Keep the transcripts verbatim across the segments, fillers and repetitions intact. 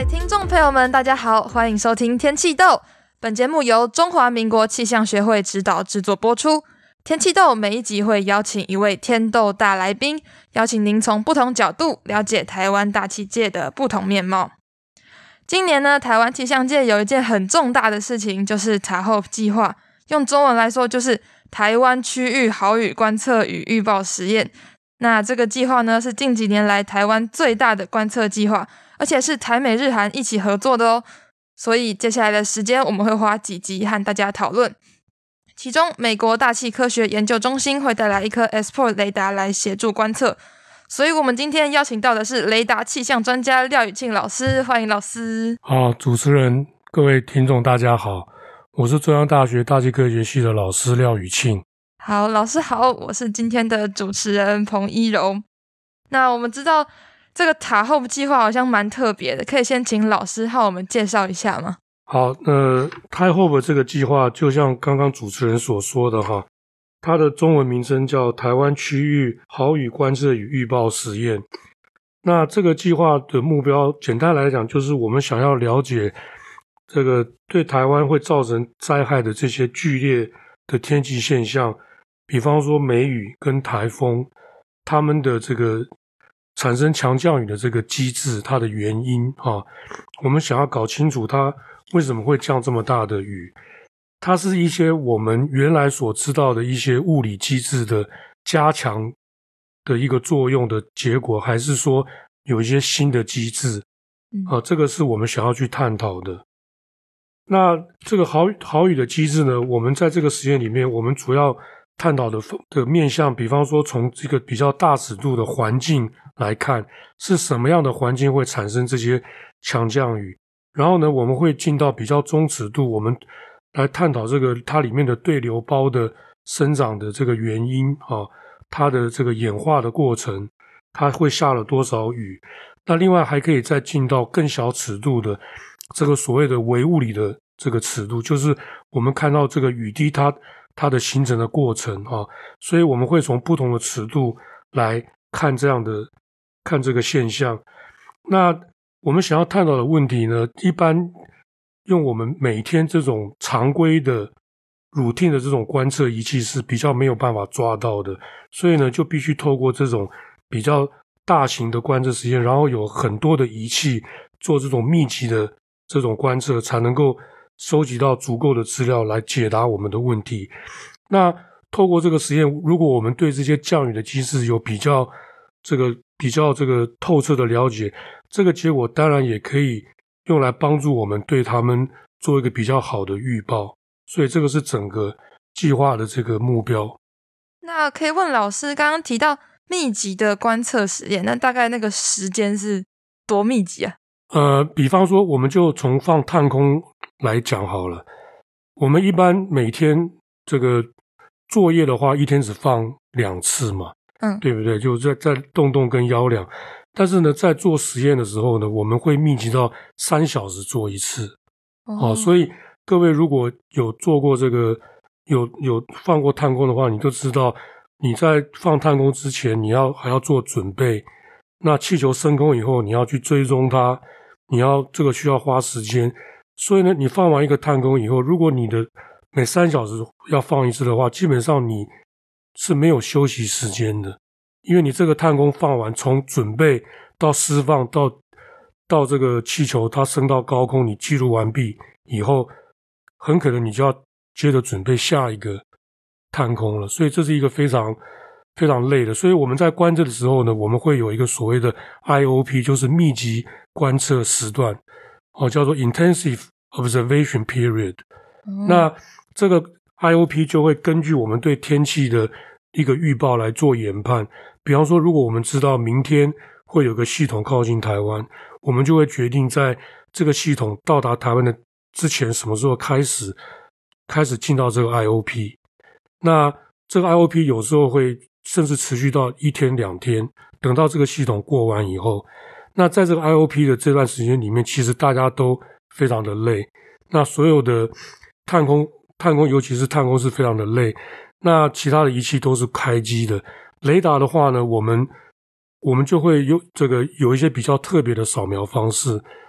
听众朋友们大家好，欢迎收听天气豆。本节目由中华民国气象学会指导制作播出。天气豆每一集会邀请一位天豆大来宾，邀请您从不同角度了解台湾大气界的不同面貌。今年呢，台湾气象界有一件很重大的事情，就是塔 H O P E 计划，用中文来说就是台湾区域豪雨观测与预报实验。那这个计划呢，是近几年来台湾最大的观测计划，而且是台美日韩一起合作的哦。所以接下来的时间我们会花几集和大家讨论。其中美国大气科学研究中心会带来一颗 S P O R T 雷达来协助观测，所以我们今天邀请到的是雷达气象专家廖宇庆老师，欢迎老师。 好，主持人各位听众大家好，我是中央大学大气科学系的老师廖宇庆。 好，老师好，我是今天的主持人彭依柔。那我们知道这个塔 H O P E 计划好像蛮特别的，可以先请老师和我们介绍一下吗？ 好，那塔 H O P E 这个计划就像刚刚主持人所说的哈，它的中文名称叫台湾区域豪雨观测与预报实验。那这个计划的目标简单来讲就是我们想要了解这个对台湾会造成灾害的这些剧烈的天气现象，比方说梅雨跟台风，它们的这个产生强降雨的这个机制，它的原因啊，我们想要搞清楚它为什么会降这么大的雨，它是一些我们原来所知道的一些物理机制的加强的一个作用的结果，还是说有一些新的机制啊，这个是我们想要去探讨的。那这个豪豪雨的机制呢，我们在这个实验里面我们主要探讨的的面向，比方说从这个比较大尺度的环境来看，是什么样的环境会产生这些强降雨，然后呢我们会进到比较中尺度，我们来探讨这个它里面的对流胞的生长的这个原因啊，它的这个演化的过程，它会下了多少雨。那另外还可以再进到更小尺度的这个所谓的微物理的这个尺度，就是我们看到这个雨滴它它的形成的过程啊，所以我们会从不同的尺度来看这样的看这个现象。那我们想要探讨的问题呢，一般用我们每天这种常规的 routine 的这种观测仪器是比较没有办法抓到的，所以呢就必须透过这种比较大型的观测实验，然后有很多的仪器做这种密集的这种观测，才能够收集到足够的资料来解答我们的问题。那透过这个实验，如果我们对这些降雨的机制有比较这个比较这个透彻的了解，这个结果当然也可以用来帮助我们对他们做一个比较好的预报，所以这个是整个计划的这个目标。 那可以问老师，刚刚提到密集的观测实验，那大概那个时间是多密集啊？ 呃，比方说我们就从放探空来讲好了，我们一般每天这个作业的话，一天只放两次嘛，嗯，对不对？就在在洞洞跟幺两，但是呢，在做实验的时候呢，我们会密集到三小时做一次，哦，哦所以各位如果有做过这个，有有放过探空的话，你就知道你在放探空之前，你要还要做准备。那气球升空以后，你要去追踪它，你要这个需要花时间。所以呢，你放完一个探空以后，如果你的每三小时要放一次的话，基本上你是没有休息时间的，因为你这个探空放完，从准备到释放到到这个气球它升到高空，你记录完毕以后，很可能你就要接着准备下一个探空了，所以这是一个非常非常累的。所以我们在观测的时候呢，我们会有一个所谓的 I O P， 就是密集观测时段，哦，叫做 Intensive Observation Period。嗯、那这个 I O P 就会根据我们对天气的一个预报来做研判。比方说，如果我们知道明天会有个系统靠近台湾，我们就会决定在这个系统到达台湾的之前什么时候开始开始进到这个 I O P。那这个 I O P 有时候会甚至持续到一天两天，等到这个系统过完以后，那在这个 I O P 的这段时间里面，其实大家都非常的累。那所有的探空探空尤其是探空是非常的累，那其他的仪器都是开机的。雷达的话呢，我们我们就会有这个有一些比较特别的扫描方式。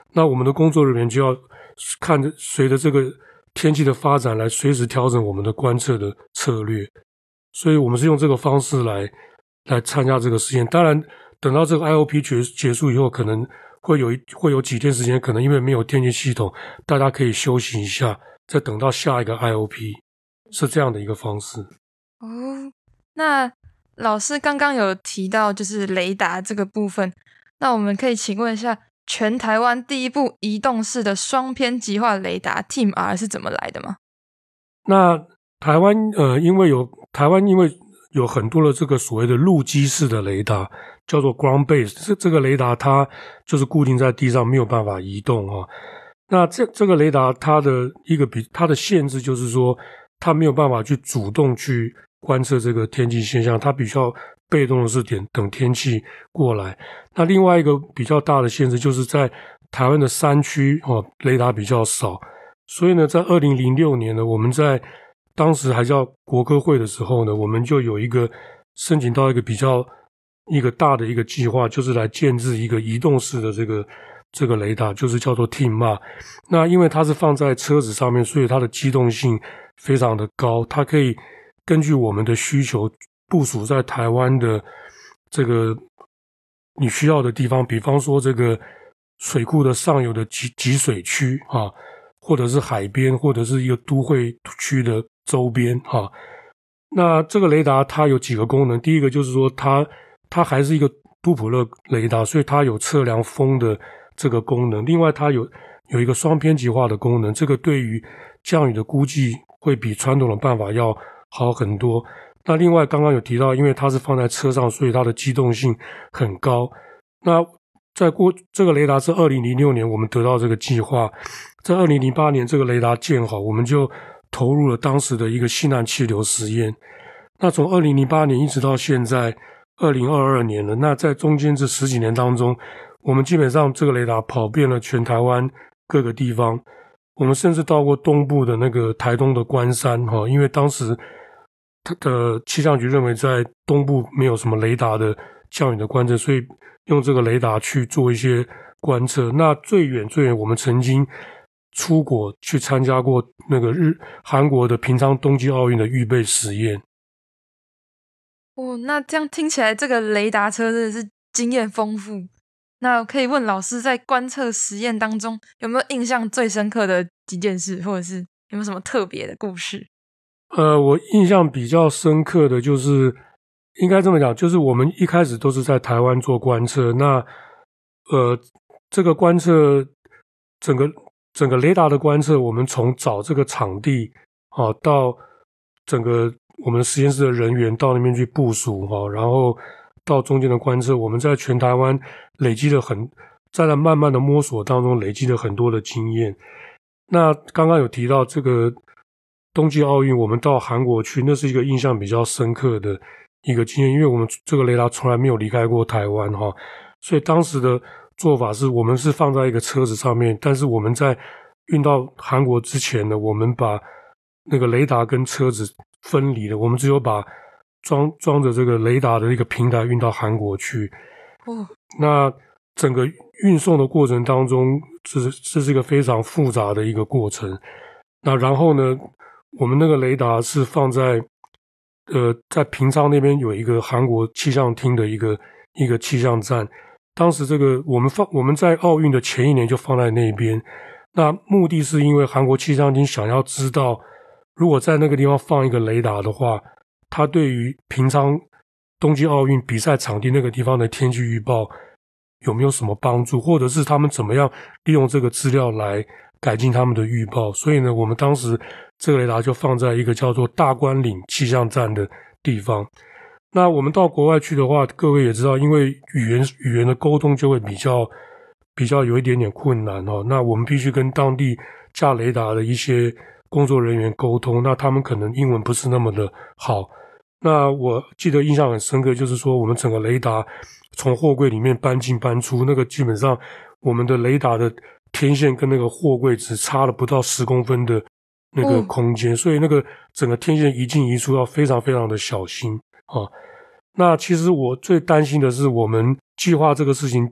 那我们的工作人员就要看着随着这个天气的发展来随时调整我们的观测的策略，所以我们是用这个方式来来参加这个实验。当然等到这个 I O P 结结束以后，可能会有一会有几天时间，可能因为没有天气系统，大家可以休息一下，再等到下一个 I O P， 是这样的一个方式。 哦，那老师刚刚有提到就是雷达这个部分，那我们可以请问一下，全台湾第一部移动式的双偏极化雷达 T I M R 是怎么来的吗？ 那台湾呃，因为有台湾因为有很多的这个所谓的陆基式的雷达，叫做 ground based， 这这个雷达它就是固定在地上，没有办法移动啊。那这这个雷达它的一个比它的限制就是说，它没有办法去主动去观测这个天气现象，它比较被动的是点等天气过来。那另外一个比较大的限制就是在台湾的山区哦，雷达比较少，所以呢，在二零零六年呢，我们在当时还叫国科会的时候呢，我们就有一个申请到一个比较一个大的一个计划，就是来建制一个移动式的这个这个雷达，就是叫做 T I M R。 那因为它是放在车子上面，所以它的机动性非常的高，它可以根据我们的需求部署在台湾的这个你需要的地方，比方说这个水库的上游的集集水区啊，或者是海边，或者是一个都会区的周边啊。那这个雷达它有几个功能，第一个就是说它它还是一个杜普勒雷达，所以它有测量风的这个功能。另外它有有一个双偏极化的功能，这个对于降雨的估计会比传统的办法要好很多。那另外刚刚有提到，因为它是放在车上，所以它的机动性很高。那在过这个雷达是二零零六年我们得到这个计划，在二零零八年这个雷达建好，我们就投入了当时的一个西南气流实验。那从二零零八年一直到现在二零二二年了，那在中间这十几年当中，我们基本上这个雷达跑遍了全台湾各个地方，我们甚至到过东部的那个台东的关山，因为当时它的气象局认为在东部没有什么雷达的降雨的观测，所以用这个雷达去做一些观测。那最远最远我们曾经出国去参加过那个日韩国的平昌冬季奥运的预备实验。 哦，那这样听起来这个雷达车真的是经验丰富。那可以问老师，在观测实验当中有没有印象最深刻的几件事，或者是有没有什么特别的故事？ 呃，我印象比较深刻的就是应该这么讲，就是我们一开始都是在台湾做观测，那呃，这个观测整个整个雷达的观测，我们从找这个场地啊，到整个我们实验室的人员到那边去部署啊，然后到中间的观测，我们在全台湾累积了很，在那慢慢的摸索当中累积了很多的经验。那刚刚有提到这个冬季奥运，我们到韩国去，那是一个印象比较深刻的一个经验，因为我们这个雷达从来没有离开过台湾哈，所以当时的做法是我们是放在一个车子上面，但是我们在运到韩国之前呢，我们把那个雷达跟车子分离了，我们只有把装装着这个雷达的一个平台运到韩国去。 哦， 那整个运送的过程当中，这是这是一个非常复杂的一个过程。那然后呢，我们那个雷达是放在呃在平昌那边有一个韩国气象厅的一个一个气象站。当时这个我们放我们在奥运的前一年就放在那边。那目的是因为韩国气象厅想要知道，如果在那个地方放一个雷达的话，它对于平昌冬季奥运比赛场地那个地方的天气预报有没有什么帮助，或者是他们怎么样利用这个资料来改进他们的预报。所以呢，我们当时这个雷达就放在一个叫做大关岭气象站的地方。那我们到国外去的话，各位也知道，因为语言语言的沟通就会比较比较有一点点困难哦。那我们必须跟当地架雷达的一些工作人员沟通，那他们可能英文不是那么的好。那我记得印象很深刻，就是说我们整个雷达从货柜里面搬进搬出，那个基本上我们的雷达的天线跟那个货柜只差了不到十公分的那个空间，嗯、所以那个整个天线移进移出要非常非常的小心啊。那其实我最担心的是，我们计划这个事情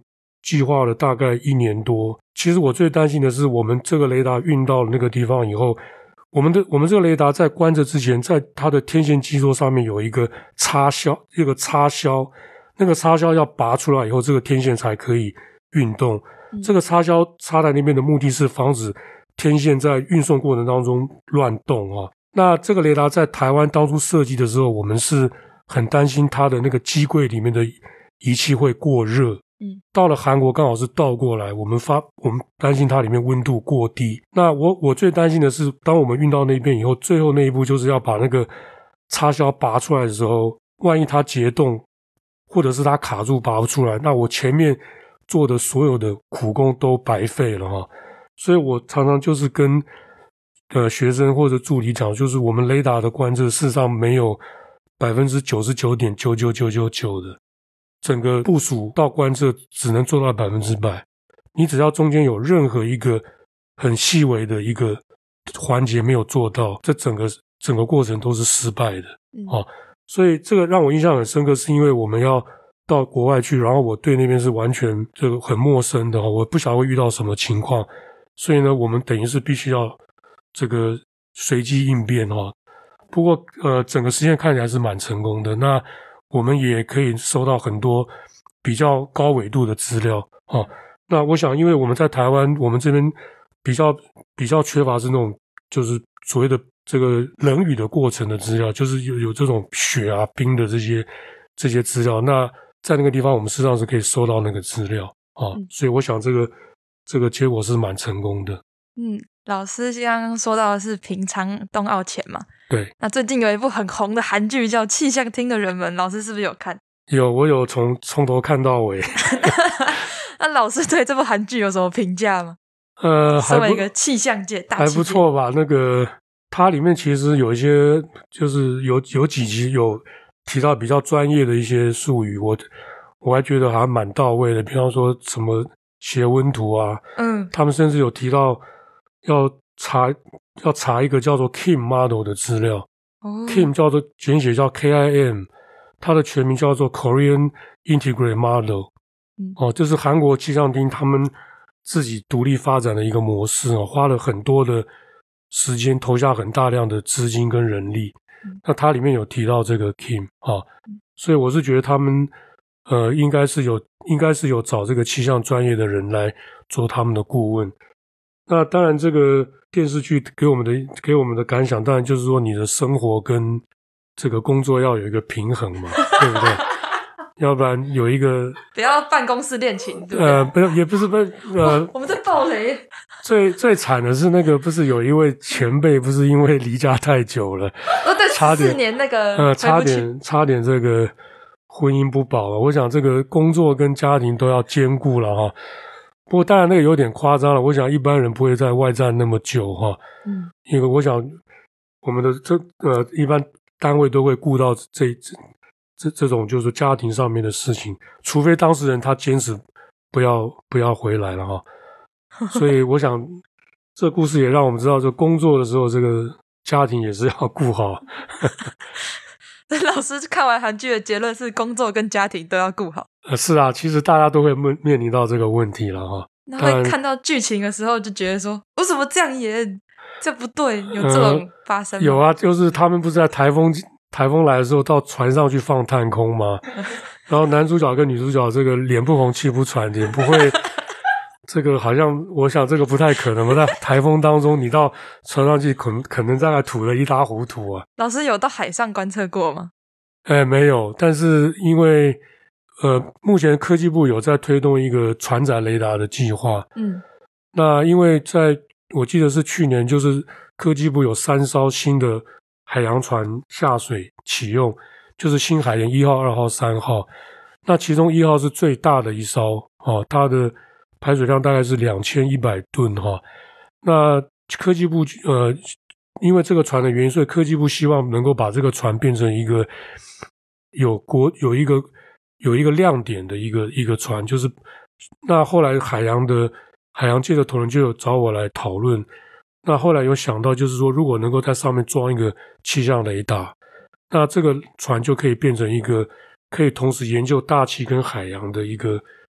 计划了大概一年多。其实我最担心的是，我们这个雷达运到了那个地方以后，我们的我们这个雷达在观测之前，在它的天线基座上面有一个插销，一个插销，那个插销要拔出来以后，这个天线才可以运动。嗯、这个插销插在那边的目的是防止天线在运送过程当中乱动啊。那这个雷达在台湾当初设计的时候，我们是很担心它的那个机柜里面的仪器会过热。嗯，到了韩国刚好是倒过来，我们发我们担心它里面温度过低。那我我最担心的是，当我们运到那边以后，最后那一步就是要把那个插销拔出来的时候，万一它结冻，或者是它卡住拔不出来，那我前面做的所有的苦工都白费了哈。所以我常常就是跟呃学生或者助理讲，就是我们雷达的观测事实上没有 百分之九十九点九九九九九 的。整个部署到观测只能做到百分之百，你只要中间有任何一个很细微的一个环节没有做到，这整个整个过程都是失败的。嗯哦、所以这个让我印象很深刻，是因为我们要到国外去，然后我对那边是完全这个很陌生的，我不晓得会遇到什么情况，所以呢，我们等于是必须要这个随机应变哈。不过呃，整个实验看起来是蛮成功的。那我们也可以收到很多比较高纬度的资料啊。那我想，因为我们在台湾，我们这边比较比较缺乏是那种就是所谓的这个冷雨的过程的资料，就是有有这种雪啊、冰的这些这些资料。那在那个地方，我们事实上是可以收到那个资料啊。嗯、所以我想，这个这个结果是蛮成功的。 嗯，老师刚刚说到的是平昌冬奥前嘛？ 对， 那最近有一部很红的韩剧叫《气象厅的人们》，老师是不是有看？ 有，我有从从头看到尾。 那老师对这部韩剧有什么评价吗？ 呃， 身为一个气象界大还不错吧？那个它里面其实有一些，就是有有几集有提到比较专业的一些术语，我我还觉得还蛮到位的。比方说什么斜温图啊，嗯，他们甚至有提到要查。要查一个叫做 K I M model 的资料、哦、K I M 叫做简写叫 K I M， 它的全名叫做 Korean Integrated Model、嗯、哦，这是韩国气象厅他们自己独立发展的一个模式哦，花了很多的时间，投下很大量的资金跟人力、嗯、那它里面有提到这个 K I M 啊、哦嗯，所以我是觉得他们呃应该是有应该是有找这个气象专业的人来做他们的顾问。那当然这个电视剧给我们的给我们的感想，当然就是说你的生活跟这个工作要有一个平衡嘛，对不对？要不然有一个不要办公室恋情，对不对？ 呃，不也不是不呃， 我们在爆雷。 最最惨的是那个，不是有一位前辈，不是因为离家太久了， 哦对，差点四年那个呃，差点差点这个婚姻不保了。我想这个工作跟家庭都要兼顾了哈。不过当然那个有点夸张了，我想一般人不会在外站那么久哈，嗯，因为我想我们的这呃一般单位都会顾到这这这种就是家庭上面的事情，除非当事人他坚持不要不要回来了哈，所以我想这故事也让我们知道，这工作的时候这个家庭也是要顾好。 老师看完韩剧的结论是工作跟家庭都要顾好。 呃，是啊，其实大家都会面面临到这个问题了哈。 那会看到剧情的时候就觉得说，为什么这样演？这不对，有这种发生吗？ 呃、有啊，就是他们不是在台风台风来的时候到船上去放探空吗？然后男主角跟女主角这个脸不红气不喘，也不会。这个好像，我想这个不太可能吧？在台风当中，你到船上去，可能可能大概吐得一塌糊涂啊。 老师有到海上观测过吗？ 哎，没有。但是因为呃，目前科技部有在推动一个船载雷达的计划。嗯。那因为在我记得是去年，就是科技部有三艘新的海洋船下水启用，就是新海盐一号、二号、三号。那其中一号是最大的一艘哦，它的排水量大概是两千一百吨哈。那科技部呃，因为这个船的原因，所以科技部希望能够把这个船变成一个有国有一个有一个亮点的一个一个船，就是那后来海洋的海洋界的同仁就有找我来讨论。那后来有想到，就是说如果能够在上面装一个气象雷达，那这个船就可以变成一个可以同时研究大气跟海洋的一个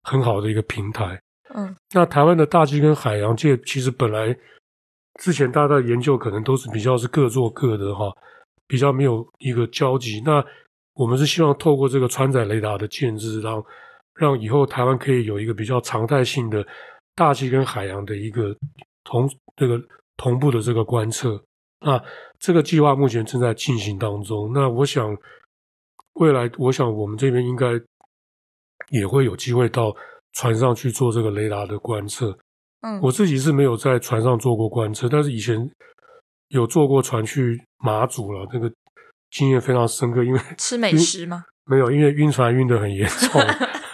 很好的一个平台。 嗯， 那台湾的大气跟海洋界其实本来之前大家的研究可能都是比较是各做各的哈，比较没有一个交集。那我们是希望透过这个船载雷达的建制，让让以后台湾可以有一个比较常态性的大气跟海洋的一个同这个同步的这个观测。那这个计划目前正在进行当中。那我想未来，我想我们这边应该也会有机会到船上去做这个雷达的观测。 嗯， 我自己是没有在船上做过观测，但是以前有坐过船去马祖了，这个经验非常深刻。因为吃美食吗？ 没有，因为晕船晕得很严重。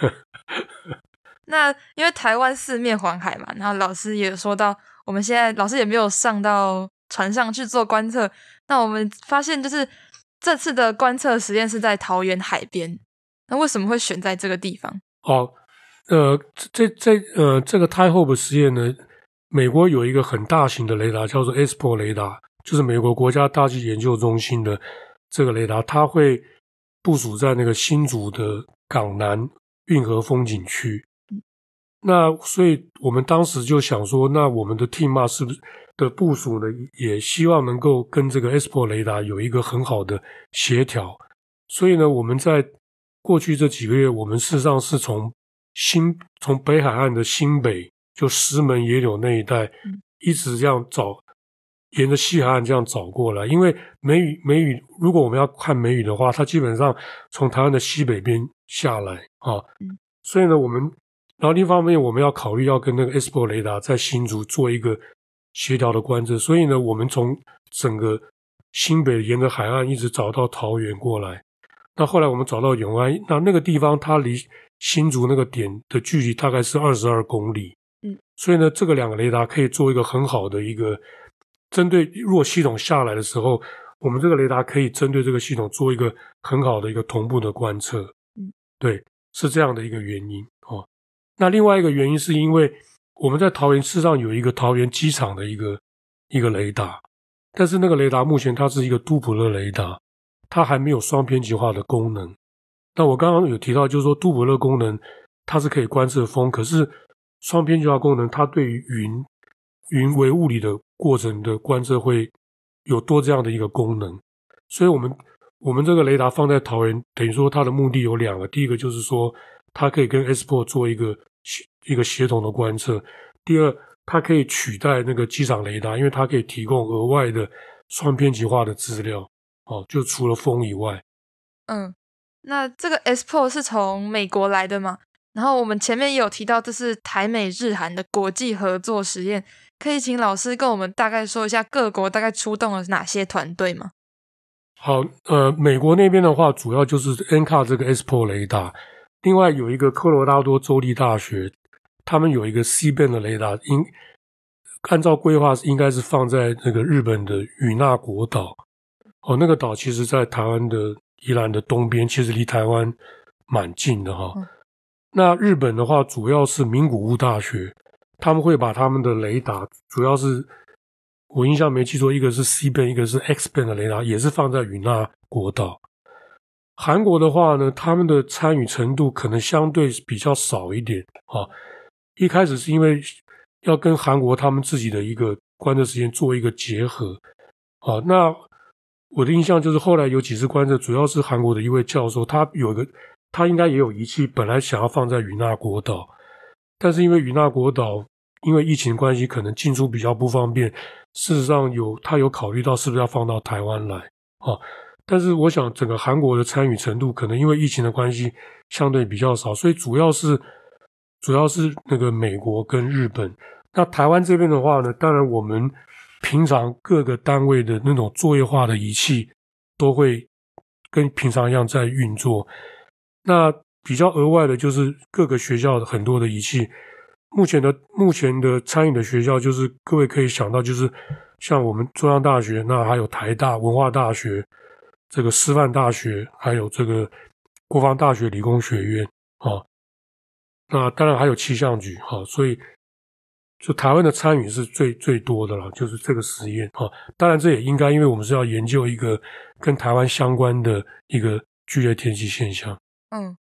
那因为台湾四面环海嘛，然后老师也有说到，我们现在老师也没有上到船上去做观测。那我们发现就是这次的观测实验是在桃园海边，那为什么会选在这个地方？ 哦，呃，这这呃这个 Tie Hope 实验呢，美国有一个很大型的雷达叫做 S P O 雷达，就是美国国家大气研究中心的这个雷达，它会部署在那个新竹的港南运河风景区。那所以我们当时就想说，那我们的 team 是不是的部署呢，也希望能够跟这个 S P O 雷达有一个很好的协调。所以呢，我们在过去这几个月，我们事实上是从新从北海岸的新北，就石门野柳那一带，一直这样找，沿着西海岸这样找过来。因为梅雨梅雨，如果我们要看梅雨的话，它基本上从台湾的西北边下来啊，所以呢，我们然后另一方面我们要考虑要跟那个 S P O 雷达在新竹做一个协调的观测，所以呢，我们从整个新北沿着海岸一直找到桃园过来。那后来我们找到永安，那那个地方它离新竹那个点的距离大概是二十二公里。嗯，所以呢，这个两个雷达可以做一个很好的一个针对弱系统下来的时候，我们这个雷达可以针对这个系统做一个很好的一个同步的观测。嗯，对，是这样的一个原因哦。那另外一个原因是因为我们在桃园事实上有一个桃园机场的一个一个雷达，但是那个雷达目前它是一个都普勒雷达，它还没有双偏极化的功能。那我刚刚有提到，就是说都普勒功能它是可以观测风，可是双偏极化功能它对于云云微物理的过程的观测会有多这样的一个功能。所以我们我们这个雷达放在桃园，等于说它的目的有两个，第一个就是说它可以跟 S P O 做一个一个协同的观测，第二它可以取代那个机场雷达，因为它可以提供额外的双偏极化的资料。哦，就除了风以外。 嗯，那这个 S P O 是从美国来的吗？然后我们前面也有提到，这是台美日韩的国际合作实验，可以请老师跟我们大概说一下各国大概出动了哪些团队吗？ 好，呃，美国那边的话，主要就是 N C A 这个 S P O 雷达，另外有一个科罗拉多州立大学，他们有一个 C-band 的雷达，应按照规划应该是放在那个日本的与那国岛。哦，那个岛其实在台湾的宜兰的东边，其实离台湾蛮近的哈。嗯、那日本的话，主要是名古屋大学，他们会把他们的雷达，主要是我印象没记错，一个是 C-band， 一个是 X-band 的雷达，也是放在与那国岛。韩国的话呢，他们的参与程度可能相对比较少一点啊。一开始是因为要跟韩国他们自己的一个观测时间做一个结合啊，那我的印象就是后来有几次观测，主要是韩国的一位教授，他有一个他应该也有仪器，本来想要放在与那国岛，但是因为与那国岛因为疫情关系可能进出比较不方便，事实上有他有考虑到是不是要放到台湾来啊。但是我想整个韩国的参与程度可能因为疫情的关系相对比较少，所以主要是主要是那个美国跟日本。那台湾这边的话呢，当然我们平常各个单位的那种作业化的仪器都会跟平常一样在运作。那比较额外的就是各个学校的很多的仪器，目前的目前的参与的学校就是各位可以想到，就是像我们中央大学，那还有台大、文化大学、这个师范大学，还有这个国防大学理工学院啊。那当然还有气象局啊，所以就台湾的参与是最最多的了，就是这个实验啊。当然这也应该，因为我们是要研究一个跟台湾相关的一个剧烈天气现象。 嗯，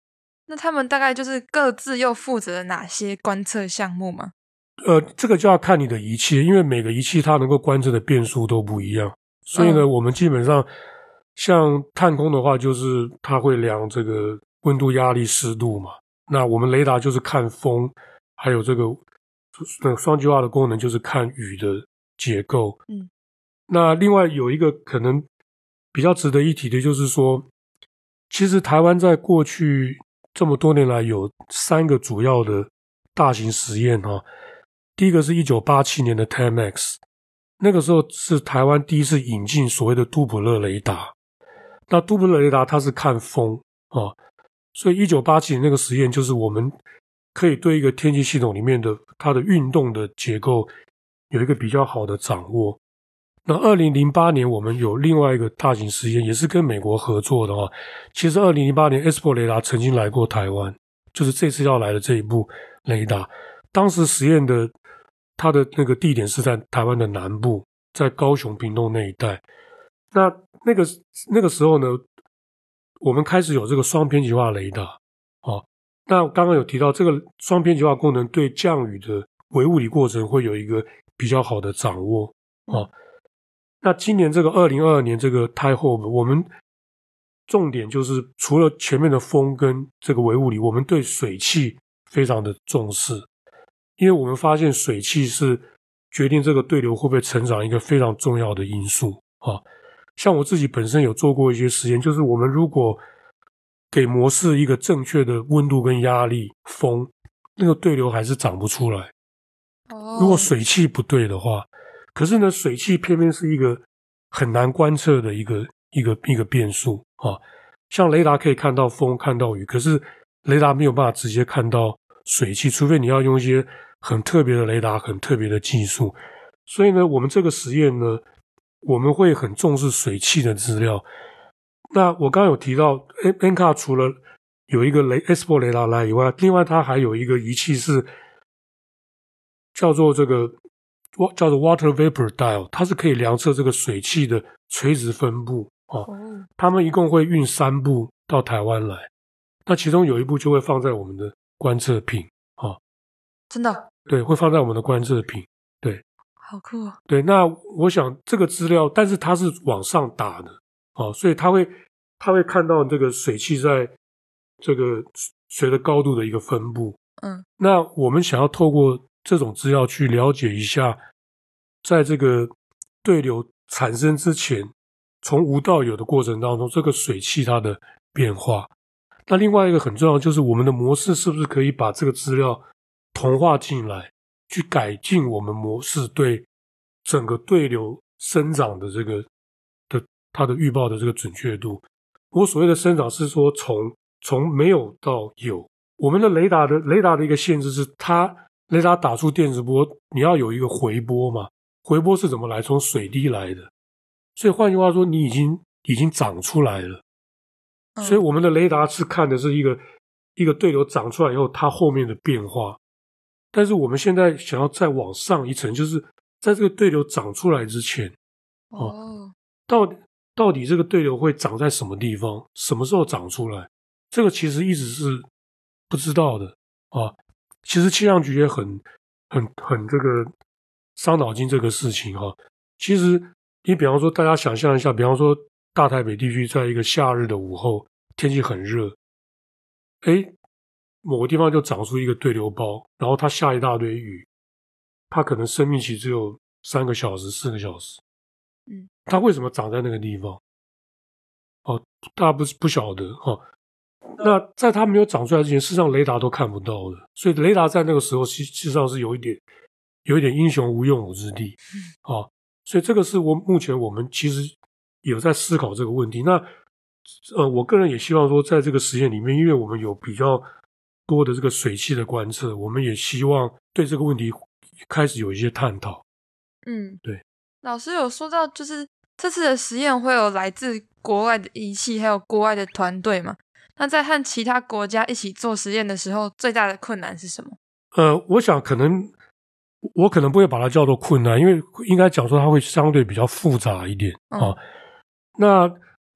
那他们大概就是各自又负责了哪些观测项目吗？ 呃，这个就要看你的仪器，因为每个仪器它能够观测的变数都不一样，所以呢，嗯、我们基本上像探空的话，就是它会量这个温度、压力、湿度嘛。那我们雷达就是看风，还有这个那双极化的功能就是看雨的结构。嗯，那另外有一个可能比较值得一提的就是说，其实台湾在过去这么多年来有三个主要的大型实验哈。第一个是一九八七年的 T E M X， 那个时候是台湾第一次引进所谓的杜普勒雷达。那杜普勒雷达它是看风啊，所以一九八七年那个实验就是我们可以对一个天气系统里面的它的运动的结构有一个比较好的掌握。那二零零八年我们有另外一个大型实验，也是跟美国合作的哈。其实二零零八年 S P O 雷达曾经来过台湾，就是这次要来的这一部雷达。当时实验的它的那个地点是在台湾的南部，在高雄屏东那一带。那那个那个时候呢，我们开始有这个双偏极化雷达啊。那刚刚有提到这个双偏极化功能对降雨的微物理过程会有一个比较好的掌握啊。那今年这个二零二二年这个 T I H O P E， 我们重点就是除了前面的风跟这个微物理，我们对水汽非常的重视，因为我们发现水汽是决定这个对流会不会成长一个非常重要的因素啊。像我自己本身有做过一些实验，就是我们如果给模式一个正确的温度跟压力，风那个对流还是长不出来。如果水汽不对的话，可是呢，水汽偏偏是一个很难观测的一个一个一个变数啊。像雷达可以看到风看到雨，可是雷达没有办法直接看到水汽，除非你要用一些很特别的雷达，很特别的技术。所以呢，我们这个实验呢，我们会很重视水汽的资料。那我刚刚有提到 N C A 除了有一个雷 S P O 雷达来以外，另外它还有一个仪器是叫做这个叫做 Water Vapor Dial， 它是可以量测这个水汽的垂直分布啊。他们一共会运三部到台湾来，那其中有一部就会放在我们的观测品啊。 真的？ 对，会放在我们的观测品。对， 好酷哦。 对，那我想这个资料，但是它是往上打的啊，所以它会它会看到这个水汽在这个随着高度的一个分布。嗯，那我们想要透过这种资料去了解一下，在这个对流产生之前，从无到有的过程当中，这个水汽它的变化。那另外一个很重要就是我们的模式是不是可以把这个资料同化进来，去改进我们模式对整个对流生长的这个的它的预报的这个准确度。我所谓的生长是说从从没有到有。我们的雷达的雷达的一个限制是，它雷达打出电磁波，你要有一个回波嘛？回波是怎么来？从水滴来的。所以换句话说，你已经已经长出来了。嗯、所以我们的雷达是看的是一个一个对流长出来以后，它后面的变化。但是我们现在想要再往上一层，就是在这个对流长出来之前，哦，哦到底到底这个对流会长在什么地方？什么时候长出来？这个其实一直是不知道的啊。其实气象局也很很很这个伤脑筋这个事情哈、啊。其实你比方说，大家想象一下，比方说大台北地区在一个夏日的午后，天气很热，诶某个地方就长出一个对流包，然后它下一大堆雨，它可能生命期只有三个小时、四个小时。嗯，它为什么长在那个地方？哦，大家不不晓得哈、哦。那在它没有长出来之前，事实上雷达都看不到的，所以雷达在那个时候实际上是有一点有一点英雄无用武之地啊、哦。所以这个是我目前我们其实有在思考这个问题。那呃，我个人也希望说，在这个实验里面，因为我们有比较多的这个水汽的观测，我们也希望对这个问题开始有一些探讨。 嗯， 对。 老师有说到，就是这次的实验会有来自国外的仪器，还有国外的团队嘛？那在和其他国家一起做实验的时候，最大的困难是什么？ 呃，我想可能我可能不会把它叫做困难，因为应该讲说它会相对比较复杂一点、嗯、啊。那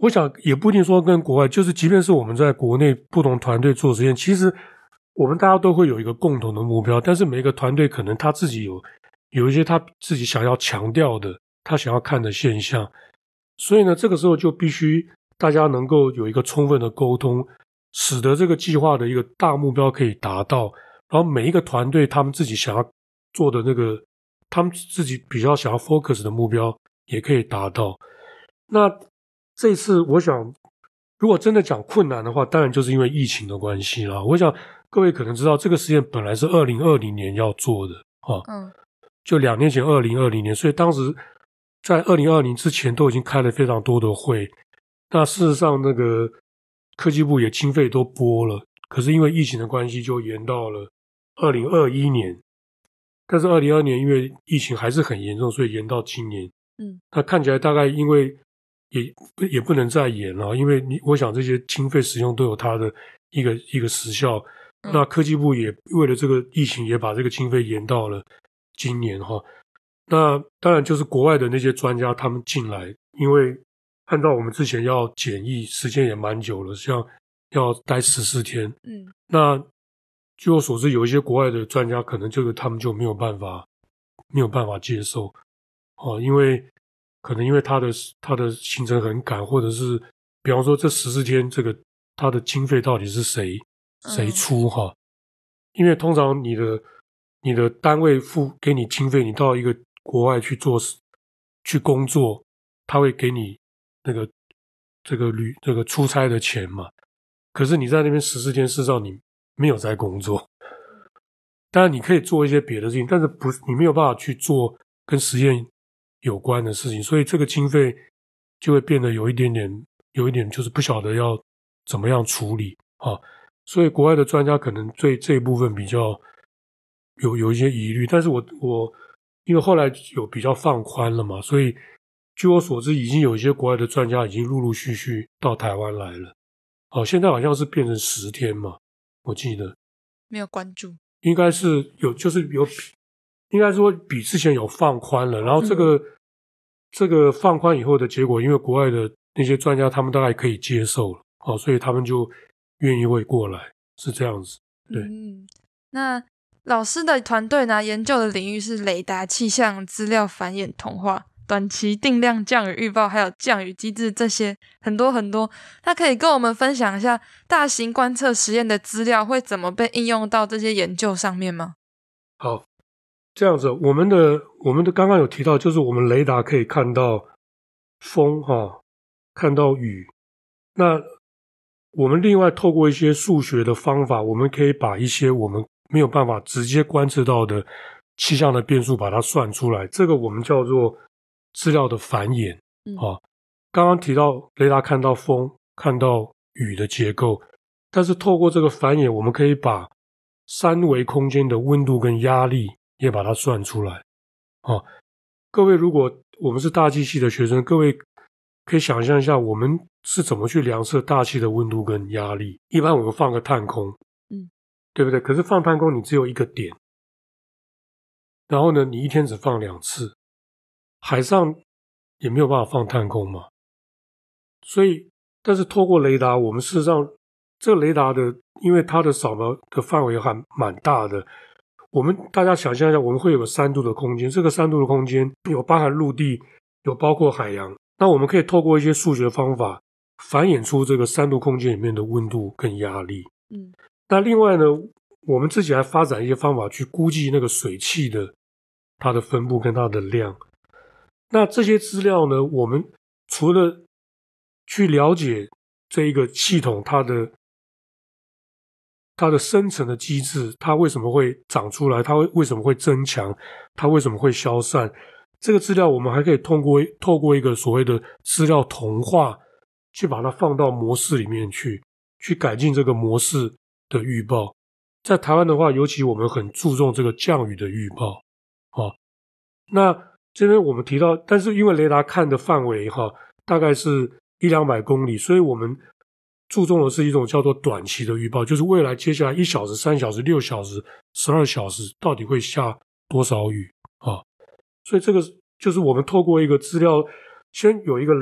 我想也不一定说跟国外，就是即便是我们在国内不同团队做实验，其实我们大家都会有一个共同的目标，但是每个团队可能他自己有有一些他自己想要强调的，他想要看的现象，所以呢，这个时候就必须大家能够有一个充分的沟通，使得这个计划的一个大目标可以达到，然后每一个团队他们自己想要做的那个，他们自己比较想要 focus 的目标也可以达到。那这次我想，如果真的讲困难的话，当然就是因为疫情的关系啦。我想各位可能知道，这个实验本来是二零二零年要做的啊，嗯，就两年前二零二零年，所以当时在二零二零之前都已经开了非常多的会。那事实上，那个科技部也经费都拨了，可是因为疫情的关系，就延到了二零二一年。但是二零二二年因为疫情还是很严重，所以延到今年。嗯，那看起来大概因为也也不能再延了，因为你我想这些经费使用都有它的一个一个时效。嗯、那科技部也为了这个疫情，也把这个经费延到了今年哈。那当然就是国外的那些专家他们进来，因为按照我们之前要检疫时间也蛮久了，像要待十四天。嗯，那据我所知，有一些国外的专家可能这个他们就没有办法没有办法接受哦，因为可能因为他的他的行程很赶，或者是比方说这十四天这个他的经费到底是谁谁出哈、嗯？因为通常你的你的单位付给你经费，你到一个国外去做去工作，他会给你那个这个旅这个出差的钱嘛。可是你在那边十四天，事实上你没有在工作。当然你可以做一些别的事情，但是不你没有办法去做跟实验有关的事情，所以这个经费就会变得有一点点有一点就是不晓得要怎么样处理啊。所以国外的专家可能对这一部分比较有有一些疑虑，但是我我因为后来有比较放宽了嘛，所以据我所知已经有一些国外的专家已经陆陆续续到台湾来了。哦，现在好像是变成十天嘛，我记得没有关注， 应该是有，就是有，应该说比之前有放宽了。然后这个、嗯、这个放宽以后的结果，因为国外的那些专家他们大概可以接受了，哦，所以他们就愿意会过来，是这样子。对， 嗯，那老师的团队呢，研究的领域是雷达、气象、资料繁衍、同化。短期定量降雨预报还有降雨机制，这些很多很多，他可以跟我们分享一下大型观测实验的资料会怎么被应用到这些研究上面吗？ 好，这样子，我们的我们的刚刚有提到，就是我们雷达可以看到风哈，看到雨。那我们另外透过一些数学的方法，我们可以把一些我们没有办法直接观测到的气象的变数把它算出来，这个我们叫做资料的繁衍。嗯、啊，刚刚提到雷达看到风看到雨的结构，但是透过这个繁衍，我们可以把三维空间的温度跟压力也把它算出来。啊，各位如果我们是大气系的学生，各位可以想象一下我们是怎么去量测大气的温度跟压力。一般我们放个探空，嗯，对不对？可是放探空你只有一个点，然后呢你一天只放两次，海上也没有办法放探空嘛，所以但是透过雷达，我们事实上这个雷达的，因为它的扫描的范围还蛮大的，我们大家想象一下，我们会有个三度的空间，这个三度的空间有包含陆地，有包括海洋，那我们可以透过一些数学方法繁衍出这个三度空间里面的温度跟压力。嗯，那另外呢，我们自己还发展一些方法去估计那个水汽的它的分布跟它的量。那这些资料呢，我们除了去了解这一个系统它的它的生成的机制，它为什么会长出来，它为什么会增强，它为什么会消散，这个资料我们还可以通过透过一个所谓的资料同化，去把它放到模式里面去，去改进这个模式的预报。在台湾的话，尤其我们很注重这个降雨的预报。哦，那这边我们提到，但是因为雷达看的范围哈，大概是一两百公里，所以我们注重的是一种叫做短期的预报，就是未来接下来一小时、三小时、六小时、十二小时到底会下多少雨啊？所以这个就是我们透过一个资料，先有一个雷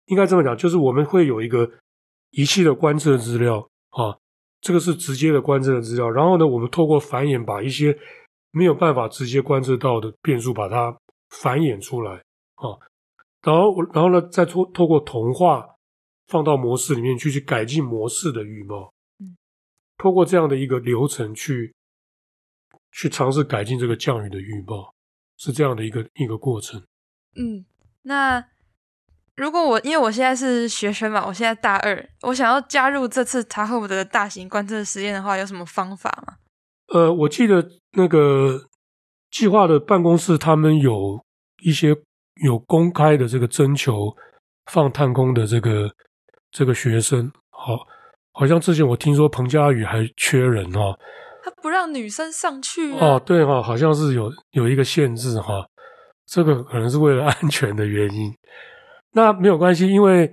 应该这么讲，就是我们会有一个仪器的观测资料啊，这个是直接的观测的资料。然后呢，我们透过繁衍把一些没有办法直接观测到的变数把它繁衍出来啊，然后然后呢，再透透过同化放到模式里面去，去改进模式的羽毛。嗯，透过这样的一个流程去去尝试改进这个降雨的预报，是这样的一个一个过程。 嗯，那如果我因为我现在是学生嘛，我现在大二，我想要加入这次塔赫姆的大型观测实验的话，有什么方法吗？ 呃，我记得那个计划的办公室，他们有一些有公开的这个征求放探空的这个这个学生，好，好像之前我听说彭佳宇还缺人哈， 他不让女生上去啊。哦，对哈，好像是有有一个限制哈，这个可能是为了安全的原因。那没有关系，因为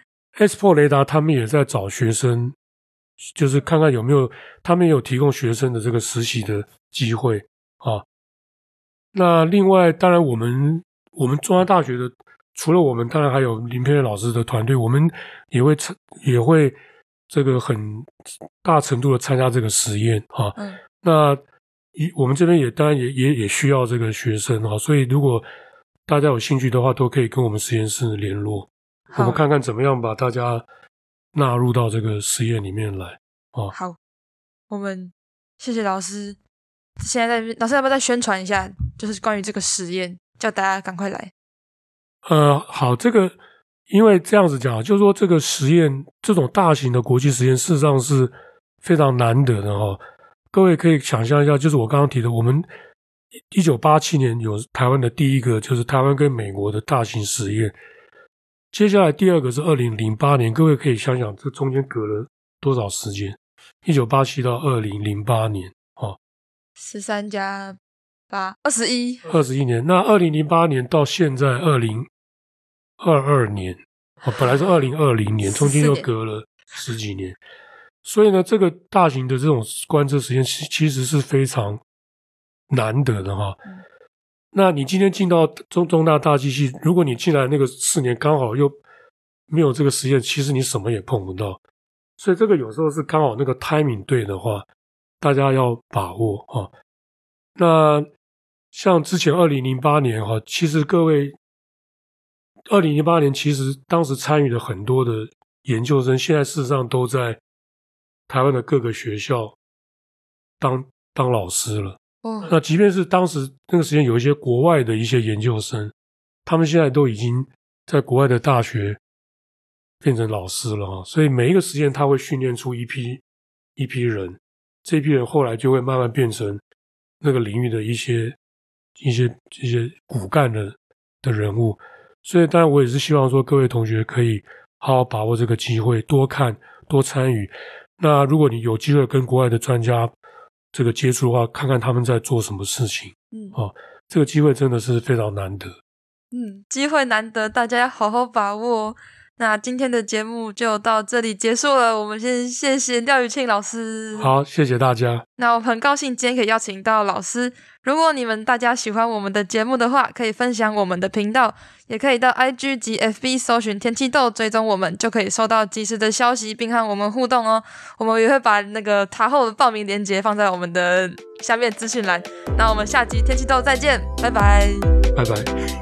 S P O 雷达他们也在找学生，就是看看有没有他们也有提供学生的这个实习的机会啊。那另外，当然我们我们中央大学的除了我们，当然还有林佩月老师的团队，我们也会也会这个很大程度的参加这个实验啊。嗯，那我们这边也当然也也也需要这个学生啊，所以如果大家有兴趣的话，都可以跟我们实验室联络，我们看看怎么样把大家纳入到这个实验里面来啊。 好，我们谢谢老师。现在在老师要不要再宣传一下，就是关于这个实验，叫大家赶快来。 呃，好，这个因为这样子讲，就是说这个实验这种大型的国际实验，事实上是非常难得的哈、哦。各位可以想象一下，就是我刚刚提的，我们一九八七年有台湾的第一个，就是台湾跟美国的大型实验。接下来第二个是二零零八年，各位可以想想，这中间隔了多少时间？一九八七到二零零八年，哦， 十三加八，二十一， 二十一年。那二零零八年到现在二零二二年，哦，本来是二零二零年，中间又隔了十几年。所以呢，这个大型的这种观测实验其实是非常难得的哈。嗯，那你今天进到中中大大机系，如果你进来那个四年刚好又没有这个实验，其实你什么也碰不到。所以这个有时候是刚好那个 timing 对的话，大家要把握哈。那像之前二零零八年哈，其实各位二零零八年其实当时参与了很多的研究生，现在事实上都在台湾的各个学校当当老师了。哦，那即便是当时那个时间有一些国外的一些研究生，他们现在都已经在国外的大学变成老师了哈。所以每一个实验他会训练出一批一批人，这批人后来就会慢慢变成那个领域的一些一些一些骨干的的人物。所以当然我也是希望说各位同学可以好好把握这个机会，多看多参与。那如果你有机会跟国外的专家这个接触的话，看看他们在做什么事情。嗯，哦，这个机会真的是非常难得。 嗯，机会难得，大家要好好把握。那今天的节目就到这里结束了，我们先谢谢廖宇庆老师。 好，谢谢大家。 那我很高兴今天可以邀请到老师。如果你们大家喜欢我们的节目的话，可以分享我们的频道，也可以到 I G 及 F B 搜寻天气豆，追踪我们，就可以收到及时的消息，并和我们互动哦。我们也会把那个塔后的报名链接放在我们的下面资讯栏。那我们下集天气豆再见，拜拜， 拜拜。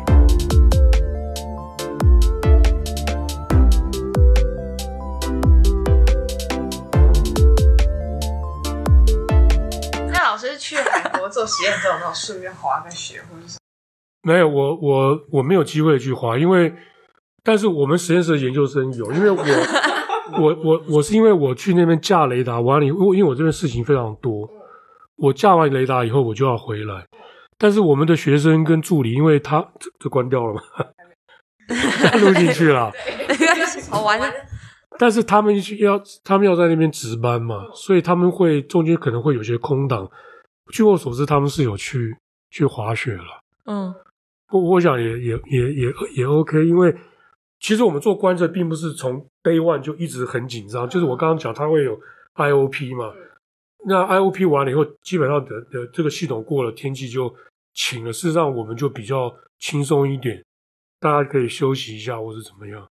老师去海国做实验之后，有没有顺便滑个雪或者什么？ 没有，我我我没有机会去滑，因为但是我们实验室的研究生有，因为我我我我是因为我去那边架雷达完了以后，因为我这边事情非常多，我架完雷达以后我就要回来，但是我们的学生跟助理，因为他这这关掉了嘛，录进去了， 好玩。 但是他们要他们要在那边值班嘛，所以他们会中间可能会有些空档。据我所知，他们是有去去滑雪了。嗯，我我想也也也也也 OK， 因为其实我们做观测并不是从 day one 就一直很紧张，就是我刚刚讲它会有 I O P 嘛，那 I O P 完了以后，基本上的的这个系统过了，天气就晴了，事实上我们就比较轻松一点，大家可以休息一下或是怎么样。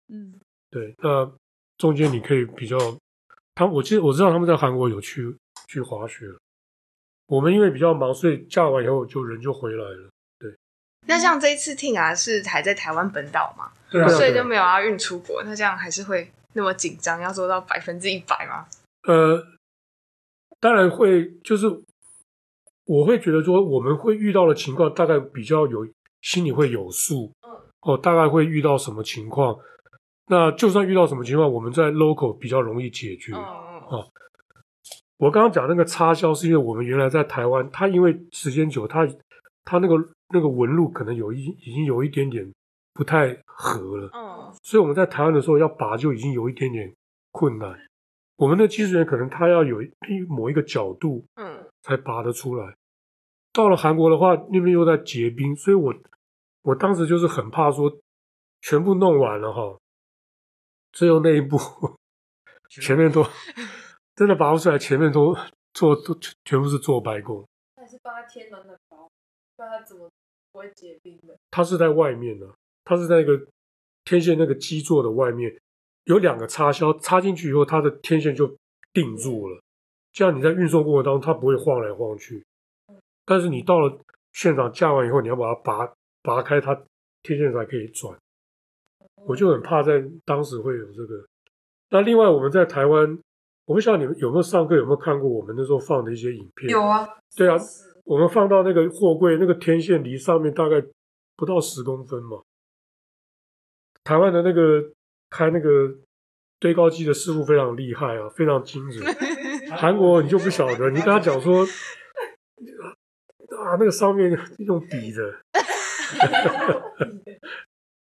嗯， 对，那中间你可以比较，他我记得我知道他们在韩国有去去滑雪了。我们因为比较忙，所以假完以后就人就回来了。对， 那像这一次 Ting 啊是还在台湾本岛嘛， 对啊， 所以就没有要运出国。那这样还是会那么紧张，要做到百分之一百吗？ 呃，当然会，就是我会觉得说，我们会遇到的情况大概比较有心里会有数，哦，大概会遇到什么情况。那就算遇到什么情况，我们在 local 比较容易解决。 嗯哦，我刚刚讲那个插销，是因为我们原来在台湾，它因为时间久，它它那个那个纹路可能有一已经有一点点不太合了， 嗯， 所以我们在台湾的时候要拔就已经有一点点困难。我们的技术员可能他要有某一个角度， 嗯， 才拔得出来。到了韩国的话，那边又在结冰，所以我我当时就是很怕说，全部弄完了哈，最后那一步前面都真的拔不出来，前面都做都全部是做白工。 那也是帮他贴暖暖包，不然他怎么不会结冰的？ 它是在外面的，它是在那个天线那个基座的外面，有两个插销，插进去以后，它的天线就定住了。这样你在运送过程当中，它不会晃来晃去。但是你到了现场架完以后，你要把它拔拔开，它天线才可以转。我就很怕在当时会有这个。那另外我们在台湾，我不晓得你们有没有上课，有没有看过我们那时候放的一些影片？ 有啊， 对啊，我们放到那个货柜，那个天线离上面大概不到十公分嘛。台湾的那个开那个堆高机的师傅非常厉害啊，非常精准。韩国你就不晓得，你跟他讲说啊，那个上面用笔的，